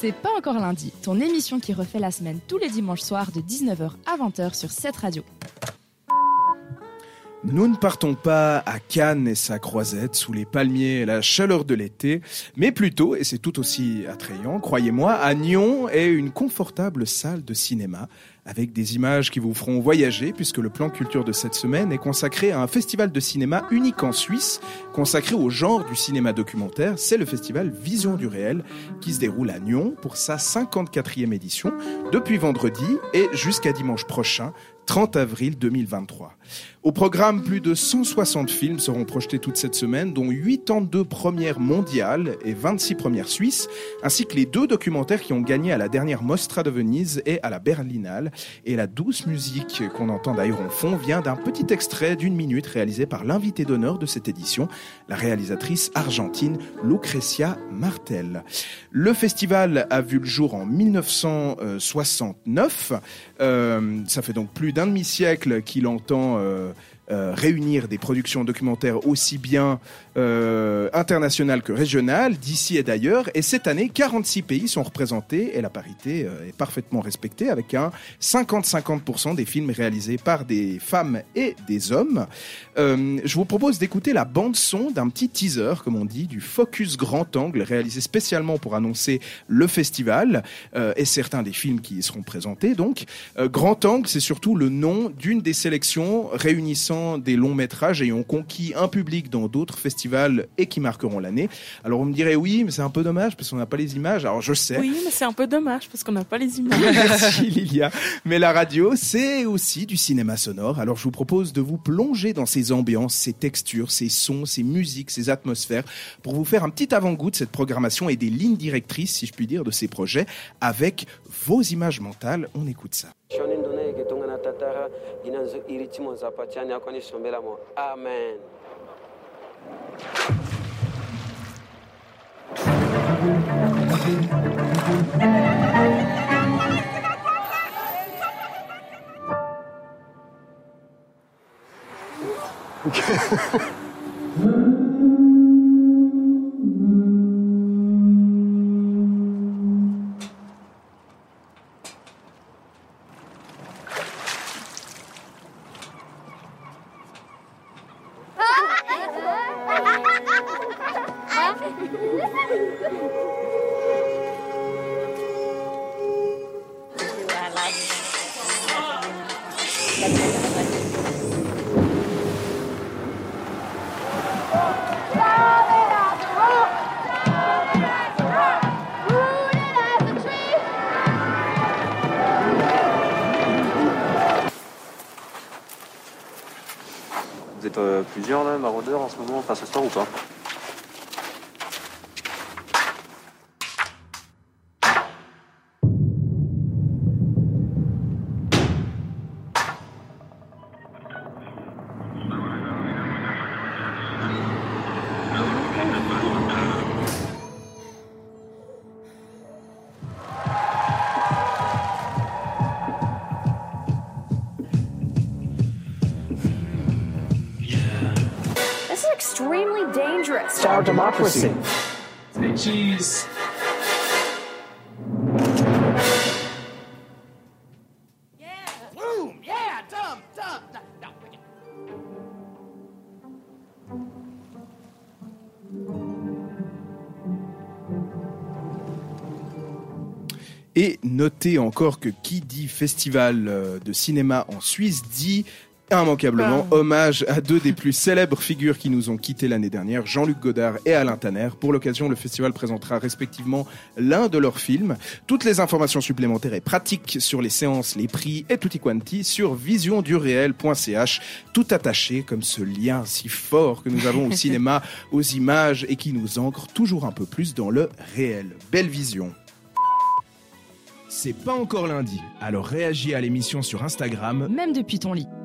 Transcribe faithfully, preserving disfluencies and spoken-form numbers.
C'est pas encore lundi, ton émission qui refait la semaine tous les dimanches soirs de dix-neuf heures à vingt heures sur cette radio. Nous ne partons pas à Cannes et sa croisette sous les palmiers et la chaleur de l'été, mais plutôt, et c'est tout aussi attrayant, croyez-moi, à Nyon est une confortable salle de cinéma avec des images qui vous feront voyager puisque le plan culture de cette semaine est consacré à un festival de cinéma unique en Suisse, consacré au genre du cinéma documentaire. C'est le festival Vision du réel qui se déroule à Nyon pour sa cinquante-quatrième édition depuis vendredi et jusqu'à dimanche prochain, trente avril deux mille vingt-trois. Au programme, plus de cent soixante films seront projetés toute cette semaine, dont quatre-vingt-deux premières mondiales et vingt-six premières suisses, ainsi que les deux documentaires qui ont gagné à la dernière Mostra de Venise et à la Berlinale. Et la douce musique qu'on entend d'ailleurs en fond vient d'un petit extrait d'une minute réalisé par l'invité d'honneur de cette édition, la réalisatrice argentine Lucrecia Martel. Le festival a vu le jour en dix-neuf cent soixante-neuf. Euh, ça fait donc plus d'un demi-siècle qu'il entend euh, euh, réunir des productions documentaires aussi bien euh, internationales que régionales, d'ici et d'ailleurs. Et cette année, quarante-six pays sont représentés et la parité euh, est parfaitement respectée avec un cinquante à cinquante pour cent des films réalisés par des femmes et des hommes. Euh, je vous propose d'écouter la bande-son d'un petit teaser, comme on dit, du Focus Grand Angle, réalisé spécialement pour annoncer le festival euh, et certains des films qui y seront présentés. Donc, euh, Grand Angle, c'est surtout le nom d'une des sélections réunissant des longs métrages ayant conquis un public dans d'autres festivals et qui marqueront l'année. Alors, on me dirait oui, mais c'est un peu dommage parce qu'on n'a pas les images. Alors, je sais. Oui, mais c'est un peu dommage parce qu'on n'a pas les images. Merci Lilia. Mais la radio, c'est aussi du cinéma sonore. Alors, je vous propose de vous plonger dans ces ambiances, ces textures, ces sons, ces musiques, ces atmosphères, pour vous faire un petit avant-goût de cette programmation et des lignes directrices, si je puis dire, de ces projets, avec vos images mentales. On écoute ça. Amen. Vous êtes euh, plusieurs là, maraudeurs en ce moment, enfin ce soir ou pas? Extremely dangerous. It's our democracy. Say cheese. Yeah. Boom. Yeah. Dumb. Dumb. Dumb. Et notez encore que qui dit festival de cinéma en Suisse dit immanquablement ah. hommage à deux des plus célèbres figures qui nous ont quittés l'année dernière, Jean-Luc Godard et Alain Tanner. Pour l'occasion, le festival présentera respectivement l'un de leurs films. Toutes les informations supplémentaires et pratiques sur les séances, les prix et tutti quanti sur vision du réel point c h, tout attaché comme ce lien si fort que nous avons au cinéma, aux images et qui nous ancre toujours un peu plus dans le réel. Belle vision. C'est pas encore lundi, alors réagis à l'émission sur Instagram, même depuis ton lit.